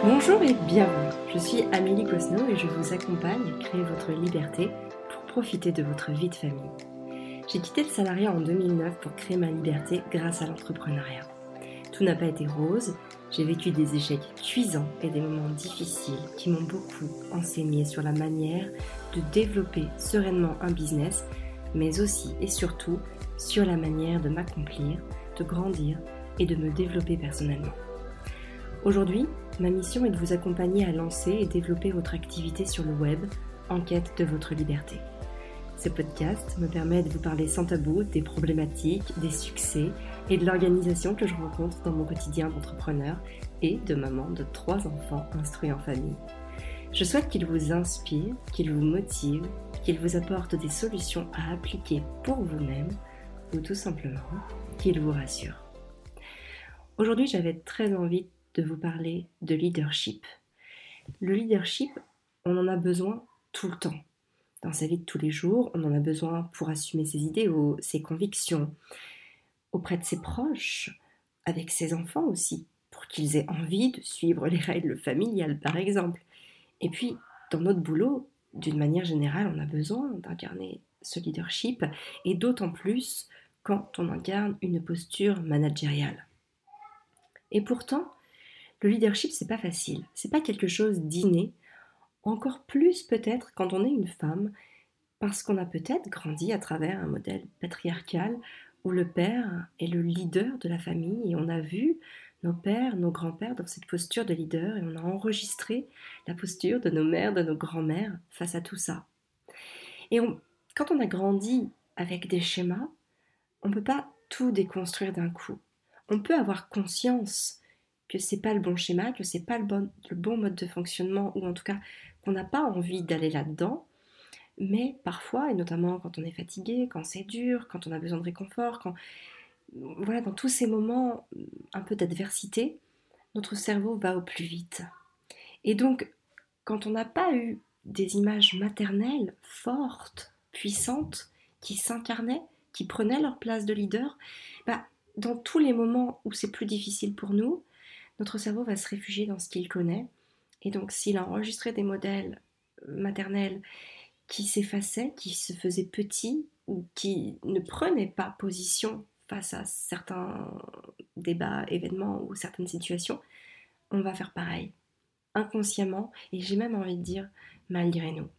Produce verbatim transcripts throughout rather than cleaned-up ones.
Bonjour et bienvenue, je suis Amélie Cosno et je vous accompagne à créer votre liberté pour profiter de votre vie de famille. J'ai quitté le salariat en deux mille neuf pour créer ma liberté grâce à l'entrepreneuriat. Tout n'a pas été rose, j'ai vécu des échecs cuisants et des moments difficiles qui m'ont beaucoup enseigné sur la manière de développer sereinement un business, mais aussi et surtout sur la manière de m'accomplir, de grandir et de me développer personnellement. Aujourd'hui, ma mission est de vous accompagner à lancer et développer votre activité sur le web en quête de votre liberté. Ce podcast me permet de vous parler sans tabou des problématiques, des succès et de l'organisation que je rencontre dans mon quotidien d'entrepreneur et de maman de trois enfants instruits en famille. Je souhaite qu'il vous inspire, qu'il vous motive, qu'il vous apporte des solutions à appliquer pour vous-même ou tout simplement qu'il vous rassure. Aujourd'hui, j'avais très envie de vous parler de leadership. Le leadership, on en a besoin tout le temps. Dans sa vie de tous les jours, on en a besoin pour assumer ses idéaux, ses convictions, auprès de ses proches, avec ses enfants aussi, pour qu'ils aient envie de suivre les règles familiales par exemple. Et puis, dans notre boulot, d'une manière générale, on a besoin d'incarner ce leadership, et d'autant plus quand on incarne une posture managériale. Et pourtant, le leadership, c'est pas facile, c'est pas quelque chose d'inné, encore plus peut-être quand on est une femme, parce qu'on a peut-être grandi à travers un modèle patriarcal où le père est le leader de la famille et on a vu nos pères, nos grands-pères dans cette posture de leader et on a enregistré la posture de nos mères, de nos grands-mères face à tout ça. Et on, quand on a grandi avec des schémas, on ne peut pas tout déconstruire d'un coup. On peut avoir conscience que c'est pas le bon schéma, que c'est pas le bon, le bon mode de fonctionnement, ou en tout cas qu'on n'a pas envie d'aller là-dedans, mais parfois, et notamment quand on est fatigué, quand c'est dur, quand on a besoin de réconfort, quand voilà, dans tous ces moments un peu d'adversité, notre cerveau va au plus vite. Et donc, quand on n'a pas eu des images maternelles fortes, puissantes, qui s'incarnaient, qui prenaient leur place de leader, bah, dans tous les moments où c'est plus difficile pour nous, notre cerveau va se réfugier dans ce qu'il connaît. Et donc, s'il a enregistré des modèles maternels qui s'effaçaient, qui se faisaient petits ou qui ne prenaient pas position face à certains débats, événements ou certaines situations, on va faire pareil, inconsciemment, et j'ai même envie de dire malgré nous.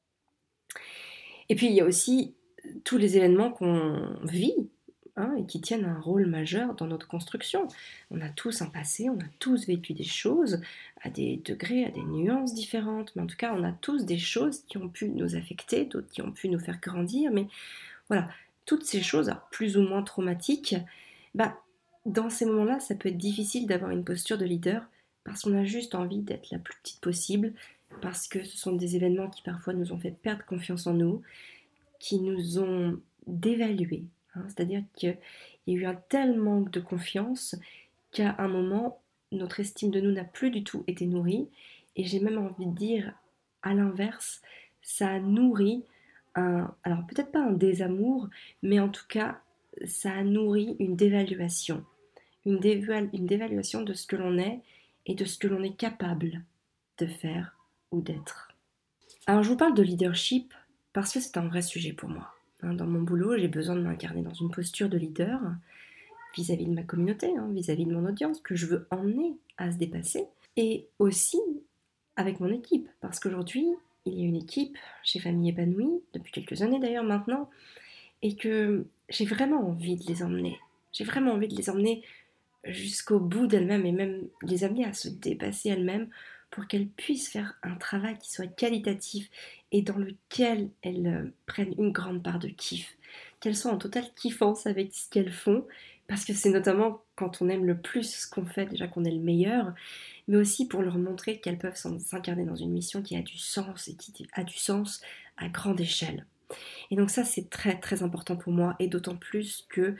Et puis, il y a aussi tous les événements qu'on vit, Hein, et qui tiennent un rôle majeur dans notre construction. On a tous un passé, on a tous vécu des choses à des degrés, à des nuances différentes, mais en tout cas on a tous des choses qui ont pu nous affecter, d'autres qui ont pu nous faire grandir, mais voilà, toutes ces choses, alors plus ou moins traumatiques, bah, dans ces moments-là, ça peut être difficile d'avoir une posture de leader parce qu'on a juste envie d'être la plus petite possible, parce que ce sont des événements qui parfois nous ont fait perdre confiance en nous, qui nous ont dévalués. Hein, c'est-à-dire qu'il y a eu un tel manque de confiance qu'à un moment, notre estime de nous n'a plus du tout été nourrie. Et j'ai même envie de dire, à l'inverse, ça a nourri un, alors peut-être pas un désamour, mais en tout cas, ça a nourri une dévaluation. Une, dévalu- une dévaluation de ce que l'on est et de ce que l'on est capable de faire ou d'être. Alors je vous parle de leadership parce que c'est un vrai sujet pour moi. Dans mon boulot, j'ai besoin de m'incarner dans une posture de leader vis-à-vis de ma communauté, hein, vis-à-vis de mon audience, que je veux emmener à se dépasser. Et aussi avec mon équipe, parce qu'aujourd'hui, il y a une équipe chez Famille Épanouie, depuis quelques années d'ailleurs maintenant, et que j'ai vraiment envie de les emmener. J'ai vraiment envie de les emmener jusqu'au bout d'elles-mêmes et même les amener à se dépasser elles-mêmes pour qu'elles puissent faire un travail qui soit qualitatif et dans lequel elles euh, prennent une grande part de kiff, qu'elles soient en totale kiffance avec ce qu'elles font, parce que c'est notamment quand on aime le plus ce qu'on fait, déjà qu'on est le meilleur, mais aussi pour leur montrer qu'elles peuvent s'incarner dans une mission qui a du sens et qui a du sens à grande échelle. Et donc ça, c'est très très important pour moi, et d'autant plus que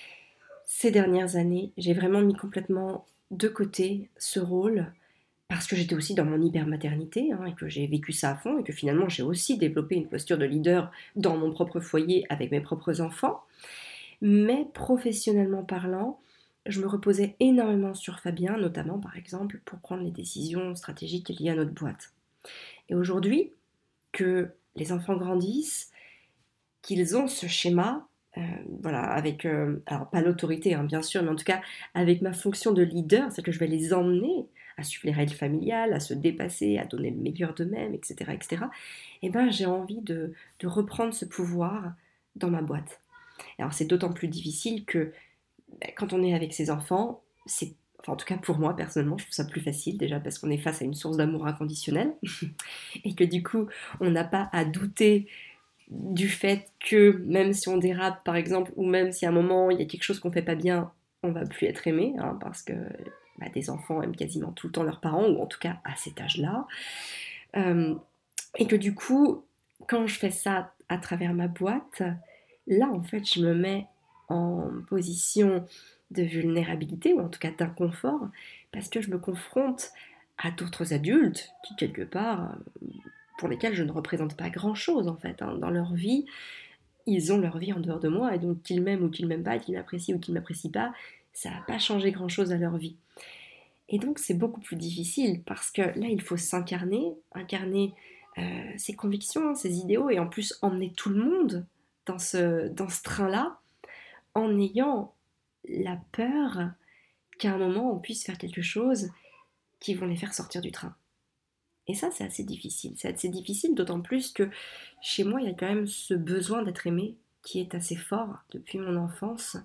ces dernières années, j'ai vraiment mis complètement de côté ce rôle, parce que j'étais aussi dans mon hyper-maternité, hein, et que j'ai vécu ça à fond, et que finalement j'ai aussi développé une posture de leader dans mon propre foyer avec mes propres enfants. Mais professionnellement parlant, je me reposais énormément sur Fabien, notamment par exemple pour prendre les décisions stratégiques liées à notre boîte. Et aujourd'hui, que les enfants grandissent, qu'ils ont ce schéma, euh, voilà, avec, euh, alors pas l'autorité hein, bien sûr, mais en tout cas avec ma fonction de leader, c'est que je vais les emmener à suivre les règles familiales, à se dépasser, à donner le meilleur d'eux-mêmes, et cetera, et cetera. Et ben j'ai envie de, de reprendre ce pouvoir dans ma boîte. Alors c'est d'autant plus difficile que ben, quand on est avec ses enfants, c'est, enfin en tout cas pour moi personnellement, je trouve ça plus facile déjà parce qu'on est face à une source d'amour inconditionnel et que du coup on n'a pas à douter du fait que même si on dérape par exemple, ou même si à un moment il y a quelque chose qu'on fait pas bien, on va plus être aimé, hein, parce que bah, des enfants aiment quasiment tout le temps leurs parents, ou en tout cas à cet âge-là. Euh, et que du coup, quand je fais ça à travers ma boîte, là en fait je me mets en position de vulnérabilité, ou en tout cas d'inconfort, parce que je me confronte à d'autres adultes qui quelque part pour lesquels je ne représente pas grand-chose en fait. Hein. Dans leur vie, ils ont leur vie en dehors de moi, et donc qu'ils m'aiment ou qu'ils m'aiment pas, qu'ils m'apprécient ou qu'ils m'apprécient pas, ça n'a pas changé grand-chose à leur vie. Et donc c'est beaucoup plus difficile, parce que là, il faut s'incarner, incarner euh, ses convictions, ses idéaux, et en plus emmener tout le monde dans ce, dans ce train-là, en ayant la peur qu'à un moment, on puisse faire quelque chose qui vont les faire sortir du train. Et ça, c'est assez difficile. C'est assez difficile, d'autant plus que chez moi, il y a quand même ce besoin d'être aimé qui est assez fort depuis mon enfance.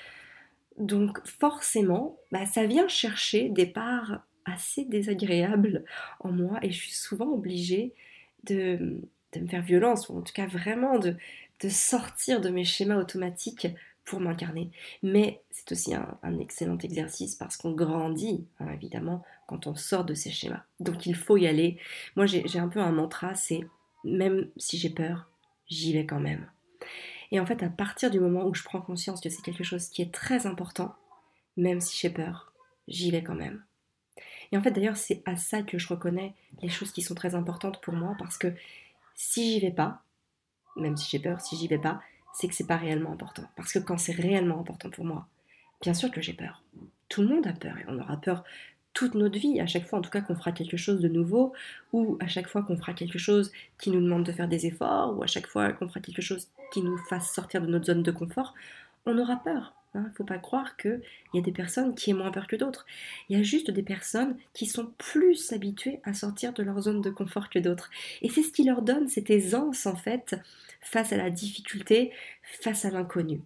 Donc forcément, bah, ça vient chercher des parts assez désagréables en moi et je suis souvent obligée de, de me faire violence, ou en tout cas vraiment de, de sortir de mes schémas automatiques pour m'incarner. Mais c'est aussi un, un excellent exercice parce qu'on grandit, hein, évidemment, quand on sort de ces schémas. Donc il faut y aller. Moi j'ai, j'ai un peu un mantra, c'est même si j'ai peur, j'y vais quand même. Et en fait, à partir du moment où je prends conscience que c'est quelque chose qui est très important, même si j'ai peur, j'y vais quand même. Et en fait, d'ailleurs, c'est à ça que je reconnais les choses qui sont très importantes pour moi, parce que si j'y vais pas, même si j'ai peur, si j'y vais pas, c'est que c'est pas réellement important. Parce que quand c'est réellement important pour moi, bien sûr que j'ai peur. Tout le monde a peur, et on aura peur toute notre vie, à chaque fois en tout cas qu'on fera quelque chose de nouveau, ou à chaque fois qu'on fera quelque chose qui nous demande de faire des efforts, ou à chaque fois qu'on fera quelque chose qui nous fasse sortir de notre zone de confort, on aura peur. Il ne faut pas croire qu'il y a des personnes qui aient moins peur que d'autres. Il y a juste des personnes qui sont plus habituées à sortir de leur zone de confort que d'autres. Et c'est ce qui leur donne cette aisance en fait face à la difficulté, face à l'inconnu.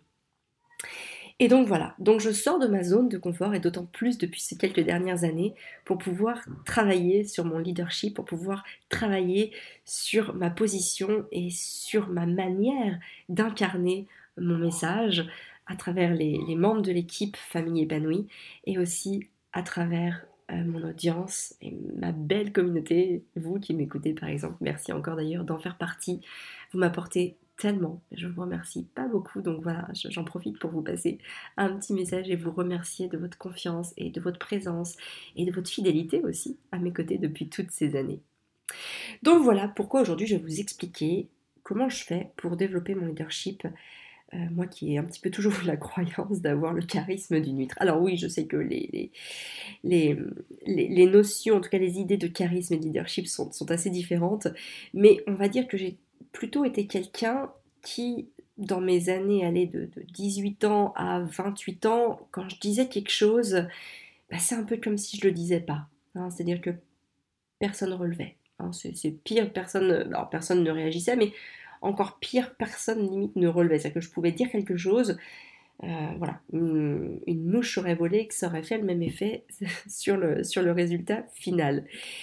Et donc voilà, donc je sors de ma zone de confort, et d'autant plus depuis ces quelques dernières années, pour pouvoir travailler sur mon leadership, pour pouvoir travailler sur ma position et sur ma manière d'incarner mon message à travers les, les membres de l'équipe Famille Épanouie, et aussi à travers euh, mon audience et ma belle communauté, vous qui m'écoutez par exemple, merci encore d'ailleurs d'en faire partie, vous m'apportez tellement, je vous remercie pas beaucoup, donc voilà, j'en profite pour vous passer un petit message et vous remercier de votre confiance et de votre présence et de votre fidélité aussi à mes côtés depuis toutes ces années. Donc voilà pourquoi aujourd'hui je vais vous expliquer comment je fais pour développer mon leadership, euh, moi qui ai un petit peu toujours la croyance d'avoir le charisme d'une huître. Alors oui, je sais que les, les, les, les, les notions, en tout cas les idées de charisme et de leadership sont, sont assez différentes, mais on va dire que j'ai plutôt été quelqu'un qui, dans mes années allez, de, de dix-huit ans à vingt-huit ans, quand je disais quelque chose, bah, c'est un peu comme si je le disais pas. Hein, c'est-à-dire que personne ne relevait. Hein, c'est, c'est pire, personne, alors personne ne réagissait, mais encore pire, personne limite ne relevait. C'est-à-dire que je pouvais dire quelque chose, euh, voilà, une, une mouche aurait volé, que ça aurait fait le même effet sur le, sur le résultat final.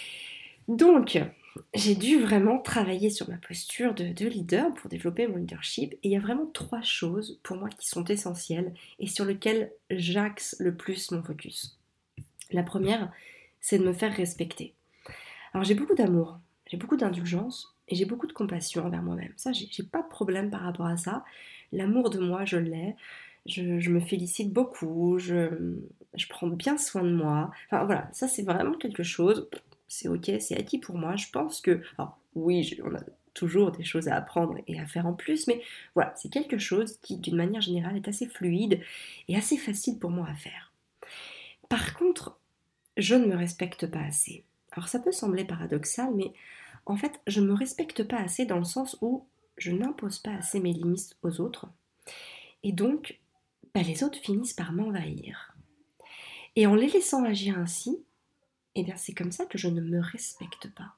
Donc, j'ai dû vraiment travailler sur ma posture de, de leader pour développer mon leadership. Et il y a vraiment trois choses pour moi qui sont essentielles et sur lesquelles j'axe le plus mon focus. La première, c'est de me faire respecter. Alors j'ai beaucoup d'amour, j'ai beaucoup d'indulgence et j'ai beaucoup de compassion envers moi-même. Ça, j'ai, j'ai pas de problème par rapport à ça. L'amour de moi, je l'ai. Je, je me félicite beaucoup, je, je prends bien soin de moi. Enfin voilà, ça c'est vraiment quelque chose... C'est ok, c'est acquis pour moi. Je pense que, alors oui, on a toujours des choses à apprendre et à faire en plus, mais voilà, c'est quelque chose qui, d'une manière générale, est assez fluide et assez facile pour moi à faire. Par contre, je ne me respecte pas assez. Alors ça peut sembler paradoxal, mais en fait, je ne me respecte pas assez dans le sens où je n'impose pas assez mes limites aux autres. Et donc, bah, les autres finissent par m'envahir. Et en les laissant agir ainsi, eh bien c'est comme ça que je ne me respecte pas.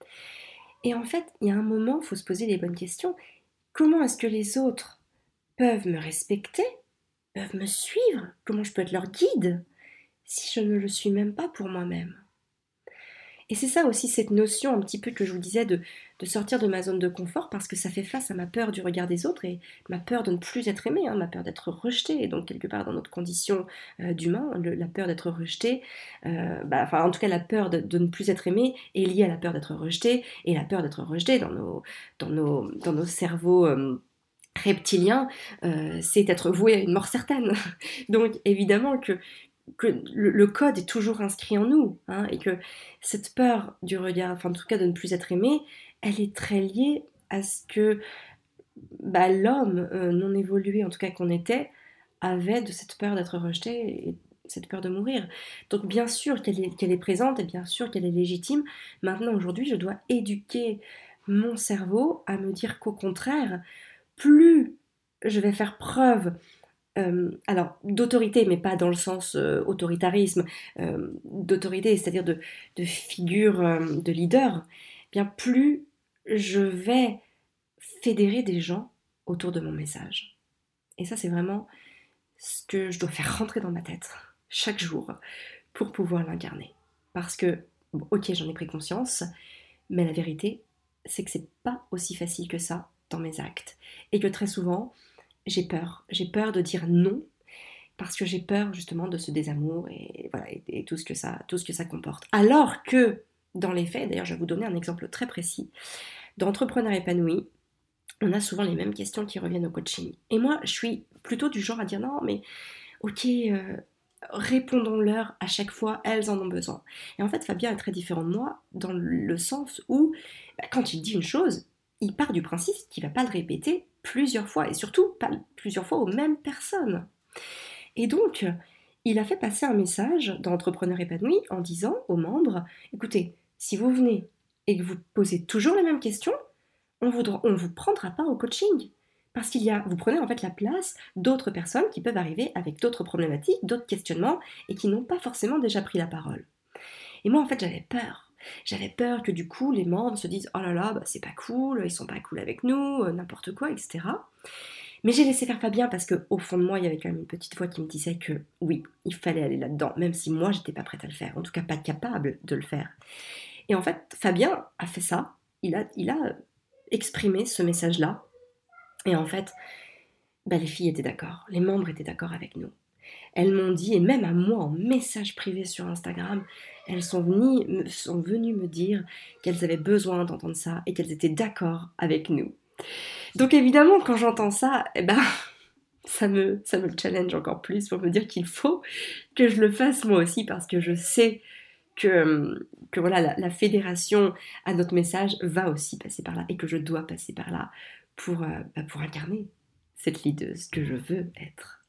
Et en fait, il y a un moment, il faut se poser les bonnes questions. Comment est-ce que les autres peuvent me respecter, peuvent me suivre? Comment je peux être leur guide si je ne le suis même pas pour moi-même? Et c'est ça aussi, cette notion un petit peu que je vous disais de, de sortir de ma zone de confort, parce que ça fait face à ma peur du regard des autres et ma peur de ne plus être aimé, hein, ma peur d'être rejeté. Et donc quelque part dans notre condition euh, d'humain, le- la peur d'être rejeté, euh, bah, enfin en tout cas la peur de, de ne plus être aimé est liée à la peur d'être rejeté, et la peur d'être rejeté dans nos, dans nos, dans nos cerveaux euh, reptiliens, euh, c'est être voué à une mort certaine. Donc évidemment que que le, le code est toujours inscrit en nous, hein, et que cette peur du regard, enfin en tout cas de ne plus être aimé, elle est très liée à ce que bah, l'homme euh, non évolué, en tout cas qu'on était, avait de cette peur d'être rejeté et cette peur de mourir. Donc bien sûr qu'elle est, qu'elle est présente et bien sûr qu'elle est légitime. Maintenant, aujourd'hui, je dois éduquer mon cerveau à me dire qu'au contraire, plus je vais faire preuve euh, alors d'autorité, mais pas dans le sens euh, autoritarisme, euh, d'autorité, c'est-à-dire de, de figure euh, de leader, bien plus je vais fédérer des gens autour de mon message. Et ça, c'est vraiment ce que je dois faire rentrer dans ma tête chaque jour pour pouvoir l'incarner. Parce que, bon, ok, j'en ai pris conscience, mais la vérité, c'est que c'est pas aussi facile que ça dans mes actes. Et que très souvent, j'ai peur. J'ai peur de dire non parce que j'ai peur justement de ce désamour et, voilà, et, et tout, ce que ça, tout ce que ça comporte. Alors que, dans les faits, d'ailleurs je vais vous donner un exemple très précis, d'entrepreneurs épanouis, on a souvent les mêmes questions qui reviennent au coaching. Et moi, je suis plutôt du genre à dire non, mais ok, euh, répondons-leur à chaque fois, elles en ont besoin. Et en fait, Fabien est très différent de moi dans le sens où, bah, quand il dit une chose, il part du principe qu'il ne va pas le répéter plusieurs fois, et surtout pas plusieurs fois aux mêmes personnes. Et donc, il a fait passer un message dans Entrepreneur épanoui en disant aux membres, écoutez, si vous venez et que vous posez toujours les mêmes questions, on ne vous prendra pas au coaching. Parce qu'il y a, vous prenez en fait la place d'autres personnes qui peuvent arriver avec d'autres problématiques, d'autres questionnements, et qui n'ont pas forcément déjà pris la parole. Et moi, en fait, j'avais peur. J'avais peur que du coup, les membres se disent, oh là là, bah, c'est pas cool, ils sont pas cool avec nous, euh, n'importe quoi, et cetera. Mais j'ai laissé faire Fabien parce qu'au fond de moi, il y avait quand même une petite voix qui me disait que oui, il fallait aller là-dedans, même si moi, j'étais pas prête à le faire, en tout cas pas capable de le faire. Et en fait, Fabien a fait ça, il a, il a exprimé ce message-là, et en fait, bah, les filles étaient d'accord, les membres étaient d'accord avec nous. Elles m'ont dit, et même à moi en message privé sur Instagram, elles sont venues, sont venues me dire qu'elles avaient besoin d'entendre ça et qu'elles étaient d'accord avec nous. Donc évidemment, quand j'entends ça, eh ben, ça me, ça me challenge encore plus pour me dire qu'il faut que je le fasse moi aussi, parce que je sais que, que voilà, la, la fédération à notre message va aussi passer par là, et que je dois passer par là pour, euh, bah, pour incarner cette leaduse que je veux être.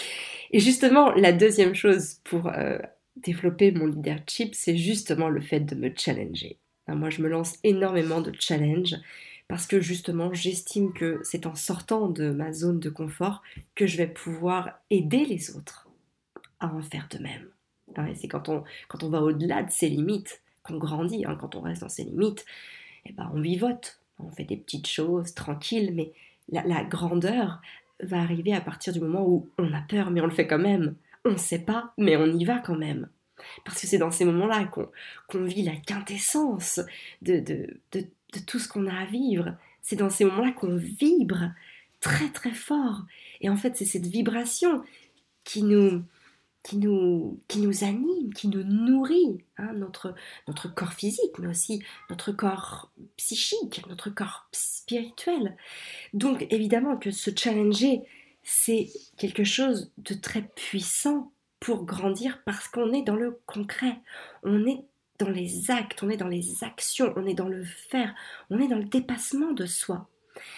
Et justement, la deuxième chose pour euh, développer mon leadership, c'est justement le fait de me challenger. Alors moi, je me lance énormément de challenges parce que justement, j'estime que c'est en sortant de ma zone de confort que je vais pouvoir aider les autres à en faire de même. Hein, et c'est quand on, quand on va au-delà de ses limites qu'on grandit. Hein, quand on reste dans ses limites, eh ben, on vivote, on fait des petites choses tranquilles, mais la, la grandeur va arriver à partir du moment où on a peur, mais on le fait quand même. On ne sait pas, mais on y va quand même. Parce que c'est dans ces moments-là qu'on, qu'on vit la quintessence de, de, de, de tout ce qu'on a à vivre. C'est dans ces moments-là qu'on vibre très très fort. Et en fait, c'est cette vibration qui nous, qui nous, qui nous anime, qui nous nourrit, hein, notre, notre corps physique, mais aussi notre corps psychique, notre corps spirituel. Donc évidemment que se challenger, c'est quelque chose de très puissant pour grandir, parce qu'on est dans le concret, on est dans les actes, on est dans les actions, on est dans le faire, on est dans le dépassement de soi.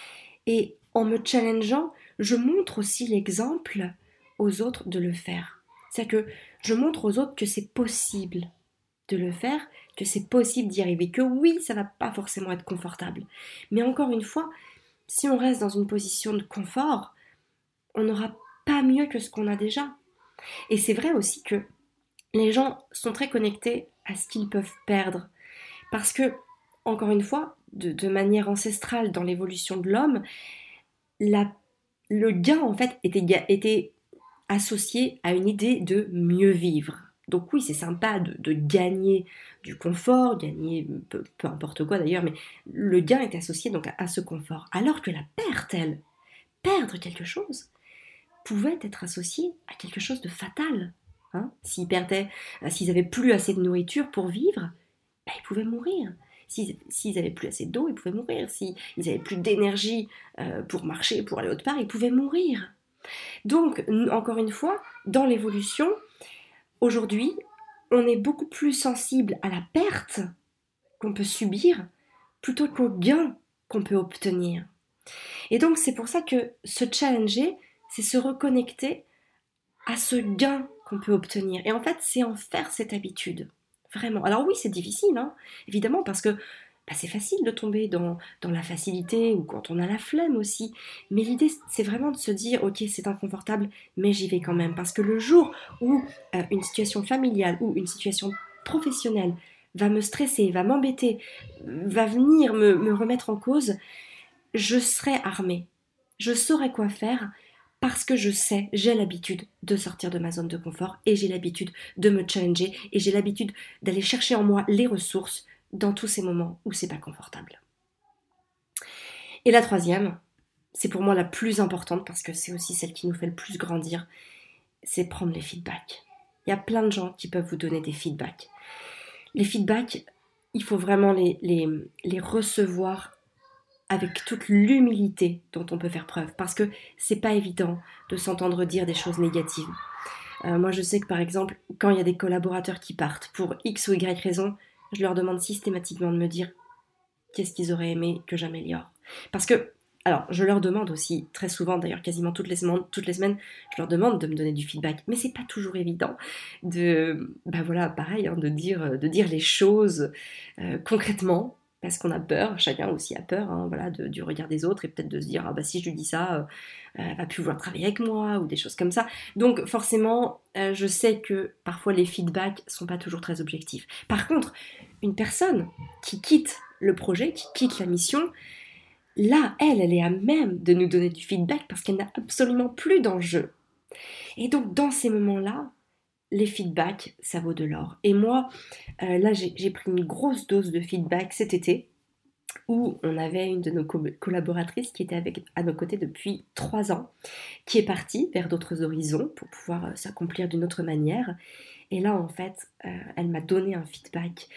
Et en me challengeant, je montre aussi l'exemple aux autres de le faire. C'est-à-dire que Je montre aux autres que c'est possible de le faire, que c'est possible d'y arriver, que oui, ça va pas forcément être confortable. Mais encore une fois, si on reste dans une position de confort, on n'aura pas mieux que ce qu'on a déjà. Et c'est vrai aussi que les gens sont très connectés à ce qu'ils peuvent perdre. Parce que, encore une fois, de, de manière ancestrale dans l'évolution de l'homme, la, le gain en fait était, était associé à une idée de mieux vivre. Donc oui, c'est sympa de, de gagner du confort, gagner peu, peu importe quoi d'ailleurs, mais le gain est associé donc à, à ce confort. Alors que la perte, elle, perdre quelque chose, pouvait être associée à quelque chose de fatal. Hein, s'ils perdaient, euh, s'ils n'avaient plus assez de nourriture pour vivre, ben, ils pouvaient mourir. S'ils, s'ils n'avaient plus assez d'eau, ils pouvaient mourir. S'ils n'avaient plus d'énergie euh, pour marcher, pour aller autre part, ils pouvaient mourir. Donc, encore une fois, dans l'évolution, aujourd'hui, on est beaucoup plus sensible à la perte qu'on peut subir plutôt qu'au gain qu'on peut obtenir. Et donc, c'est pour ça que se challenger, c'est se reconnecter à ce gain qu'on peut obtenir. Et en fait, c'est en faire cette habitude. Vraiment. Alors oui, c'est difficile, hein, évidemment, parce que bah, c'est facile de tomber dans, dans la facilité ou quand on a la flemme aussi. Mais l'idée, c'est vraiment de se dire, ok, c'est inconfortable, mais j'y vais quand même. Parce que le jour où euh, une situation familiale ou une situation professionnelle va me stresser, va m'embêter, va venir me, me remettre en cause, je serai armée. Je saurai quoi faire parce que je sais, j'ai l'habitude de sortir de ma zone de confort et j'ai l'habitude de me challenger et j'ai l'habitude d'aller chercher en moi les ressources dans tous ces moments où c'est pas confortable. Et la troisième, c'est pour moi la plus importante parce que c'est aussi celle qui nous fait le plus grandir, c'est prendre les feedbacks. Il y a plein de gens qui peuvent vous donner des feedbacks. Les feedbacks, il faut vraiment les, les, les recevoir avec toute l'humilité dont on peut faire preuve, parce que c'est pas évident de s'entendre dire des choses négatives. Euh, moi je sais que par exemple, quand il y a des collaborateurs qui partent pour X ou Y raison, je leur demande systématiquement de me dire qu'est-ce qu'ils auraient aimé que j'améliore. Parce que, alors je leur demande aussi, très souvent d'ailleurs quasiment toutes les semaines, toutes les semaines, je leur demande de me donner du feedback, mais c'est pas toujours évident de, bah voilà, pareil, hein, de, dire, de dire les choses euh, concrètement, parce qu'on a peur, chacun aussi a peur, hein, voilà, de, du regard des autres, et peut-être de se dire, ah bah si je lui dis ça, euh, elle va plus vouloir travailler avec moi, ou des choses comme ça. Donc forcément, euh, je sais que parfois les feedbacks sont pas toujours très objectifs. Par contre, une personne qui quitte le projet, qui quitte la mission, là, elle, elle est à même de nous donner du feedback parce qu'elle n'a absolument plus d'enjeu. Et donc dans ces moments-là, les feedbacks, ça vaut de l'or. Et moi, euh, là, j'ai, j'ai pris une grosse dose de feedback cet été, où on avait une de nos co- collaboratrices qui était avec, à nos côtés depuis trois ans, qui est partie vers d'autres horizons pour pouvoir euh, s'accomplir d'une autre manière. Et là, en fait, euh, elle m'a donné un feedback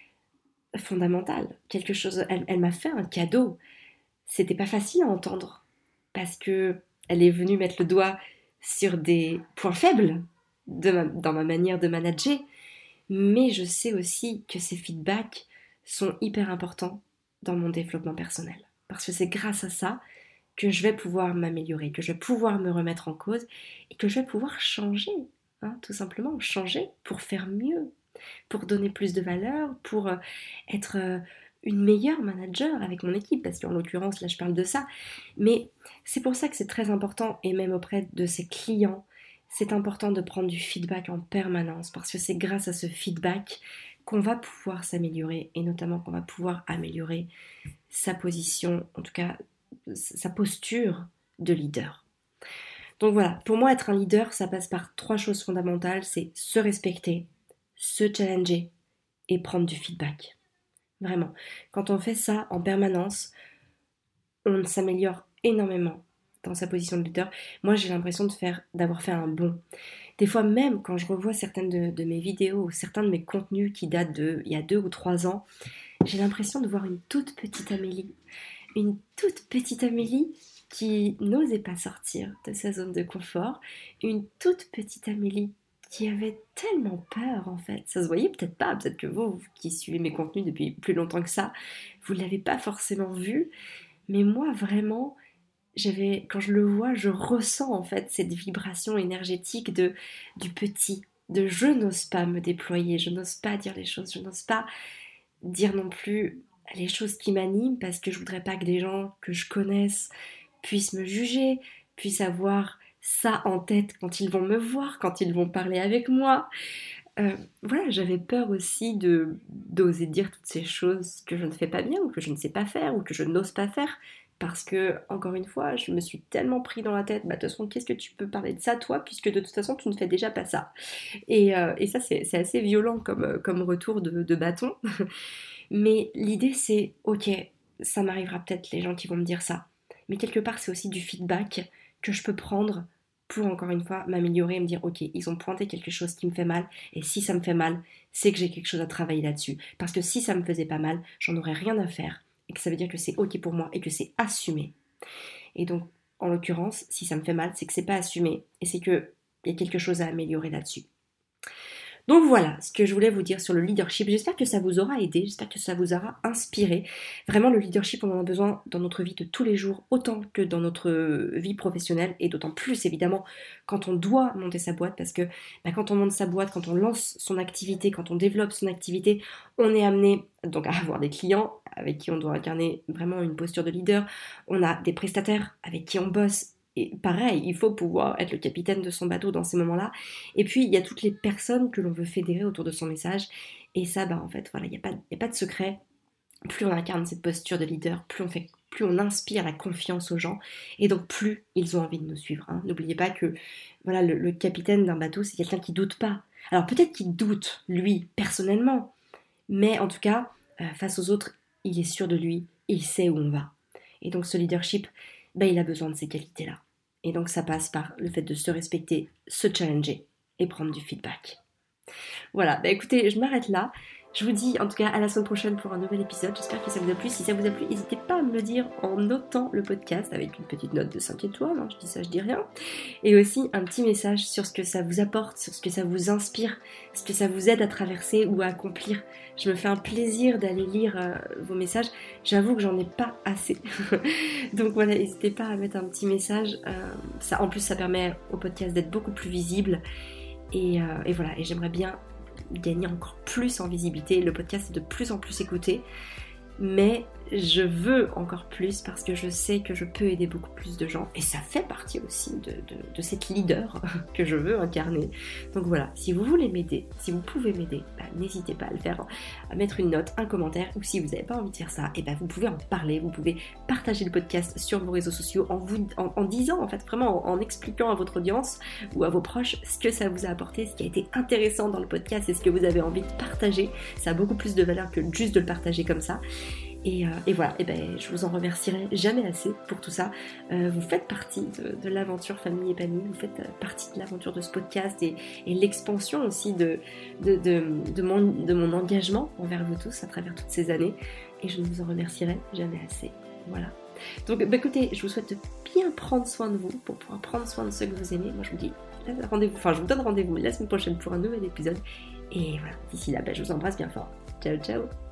fondamental, quelque chose. Elle, elle m'a fait un cadeau. C'était pas facile à entendre parce que elle est venue mettre le doigt sur des points faibles de ma, dans ma manière de manager, mais je sais aussi que ces feedbacks sont hyper importants dans mon développement personnel. Parce que c'est grâce à ça que je vais pouvoir m'améliorer, que je vais pouvoir me remettre en cause et que je vais pouvoir changer, hein, tout simplement, changer pour faire mieux, pour donner plus de valeur, pour euh, être euh, une meilleure manager avec mon équipe, parce qu'en l'occurrence, là, je parle de ça. Mais c'est pour ça que c'est très important, et même auprès de ses clients, c'est important de prendre du feedback en permanence, parce que c'est grâce à ce feedback qu'on va pouvoir s'améliorer, et notamment qu'on va pouvoir améliorer sa position, en tout cas sa posture de leader. Donc voilà, pour moi, être un leader, ça passe par trois choses fondamentales, c'est se respecter, se challenger et prendre du feedback. Vraiment, quand on fait ça en permanence, on s'améliore énormément dans sa position de leader. Moi, j'ai l'impression de faire, d'avoir fait un bond. Des fois même, quand je revois certaines de, de mes vidéos ou certains de mes contenus qui datent de il y a deux ou trois ans, j'ai l'impression de voir une toute petite Amélie. Une toute petite Amélie qui n'osait pas sortir de sa zone de confort. Une toute petite Amélie qui avait tellement peur en fait. Ça se voyait peut-être pas, peut-être que vous, vous qui suivez mes contenus depuis plus longtemps que ça, vous ne l'avez pas forcément vu. Mais moi vraiment, j'avais, quand je le vois, je ressens en fait cette vibration énergétique de, du petit, de je n'ose pas me déployer, je n'ose pas dire les choses, je n'ose pas dire non plus les choses qui m'animent parce que je voudrais pas que des gens que je connaisse puissent me juger, puissent avoir ça en tête quand ils vont me voir, quand ils vont parler avec moi. Euh, voilà, j'avais peur aussi de d'oser dire toutes ces choses que je ne fais pas bien ou que je ne sais pas faire ou que je n'ose pas faire parce que, encore une fois, je me suis tellement pris dans la tête, bah de toute façon, qu'est-ce que tu peux parler de ça toi puisque de toute façon tu ne fais déjà pas ça. Et, euh, et ça c'est, c'est assez violent comme, comme retour de, de bâton. Mais l'idée c'est, ok, ça m'arrivera peut-être les gens qui vont me dire ça, mais quelque part c'est aussi du feedback que je peux prendre pour encore une fois m'améliorer et me dire ok, ils ont pointé quelque chose qui me fait mal et si ça me fait mal, c'est que j'ai quelque chose à travailler là-dessus. Parce que si ça me faisait pas mal, j'en aurais rien à faire et que ça veut dire que c'est ok pour moi et que c'est assumé. Et donc en l'occurrence, si ça me fait mal, c'est que c'est pas assumé et c'est qu'il y a quelque chose à améliorer là-dessus. Donc voilà ce que je voulais vous dire sur le leadership. J'espère que ça vous aura aidé, j'espère que ça vous aura inspiré. Vraiment, le leadership, on en a besoin dans notre vie de tous les jours, autant que dans notre vie professionnelle, et d'autant plus évidemment quand on doit monter sa boîte, parce que bah, quand on monte sa boîte, quand on lance son activité, quand on développe son activité, on est amené donc à avoir des clients avec qui on doit incarner vraiment une posture de leader. On a des prestataires avec qui on bosse. Et pareil, il faut pouvoir être le capitaine de son bateau dans ces moments-là. Et puis, il y a toutes les personnes que l'on veut fédérer autour de son message. Et ça, bah, en fait, voilà, il n'y a pas, il y a pas de secret. Plus on incarne cette posture de leader, plus on, fait, plus on inspire la confiance aux gens. Et donc, plus ils ont envie de nous suivre. Hein. N'oubliez pas que voilà, le, le capitaine d'un bateau, c'est quelqu'un qui ne doute pas. Alors, peut-être qu'il doute, lui, personnellement. Mais en tout cas, euh, face aux autres, il est sûr de lui. Il sait où on va. Et donc, ce leadership, bah, il a besoin de ces qualités-là. Et donc ça passe par le fait de se respecter, se challenger et prendre du feedback. Voilà, bah écoutez, je m'arrête là. Je vous dis en tout cas à la semaine prochaine pour un nouvel épisode. J'espère que ça vous a plu. Si ça vous a plu, n'hésitez pas à me le dire en notant le podcast avec une petite note de cinq étoiles. Hein, je dis ça, je dis rien. Et aussi un petit message sur ce que ça vous apporte, sur ce que ça vous inspire, ce que ça vous aide à traverser ou à accomplir. Je me fais un plaisir d'aller lire euh, vos messages. J'avoue que j'en ai pas assez. Donc voilà, n'hésitez pas à mettre un petit message. Euh, ça, en plus, ça permet au podcast d'être beaucoup plus visible. Et, euh, et voilà, et j'aimerais bien gagner encore plus en visibilité. Le podcast est de plus en plus écouté, mais je veux encore plus parce que je sais que je peux aider beaucoup plus de gens et ça fait partie aussi de, de, de cette leader que je veux incarner. Donc voilà, si vous voulez m'aider, si vous pouvez m'aider, bah, n'hésitez pas à le faire, à mettre une note, un commentaire, ou si vous n'avez pas envie de faire ça, et bah, vous pouvez en parler, vous pouvez partager le podcast sur vos réseaux sociaux en, vous, en, en disant, en fait, vraiment en, en expliquant à votre audience ou à vos proches ce que ça vous a apporté, ce qui a été intéressant dans le podcast et ce que vous avez envie de partager. Ça a beaucoup plus de valeur que juste de le partager comme ça. Et, euh, et voilà, et ben, je vous en remercierai jamais assez pour tout ça. Euh, vous faites partie de, de l'aventure Famille Épanouie, vous faites partie de l'aventure de ce podcast et, et l'expansion aussi de, de, de, de, mon, de mon engagement envers vous tous à travers toutes ces années. Et je ne vous en remercierai jamais assez. Voilà. Donc bah, écoutez, je vous souhaite de bien prendre soin de vous pour pouvoir prendre soin de ceux que vous aimez. Moi je vous dis rendez-vous, enfin je vous donne rendez-vous la semaine prochaine pour un nouvel épisode. Et voilà, d'ici là, bah, je vous embrasse bien fort. Ciao ciao.